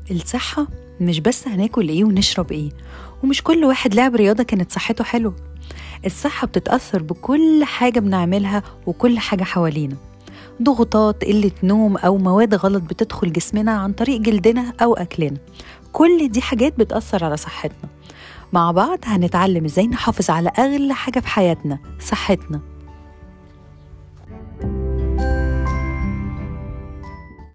الصحة مش بس هناكل ايه ونشرب ايه، ومش كل واحد لعب رياضة كانت صحته حلوة. الصحة بتتأثر بكل حاجة بنعملها وكل حاجة حوالينا، ضغوطات، قلة نوم أو مواد غلط بتدخل جسمنا عن طريق جلدنا أو أكلنا. كل دي حاجات بتأثر على صحتنا. مع بعض هنتعلم ازاي نحافظ على أغلى حاجة في حياتنا، صحتنا.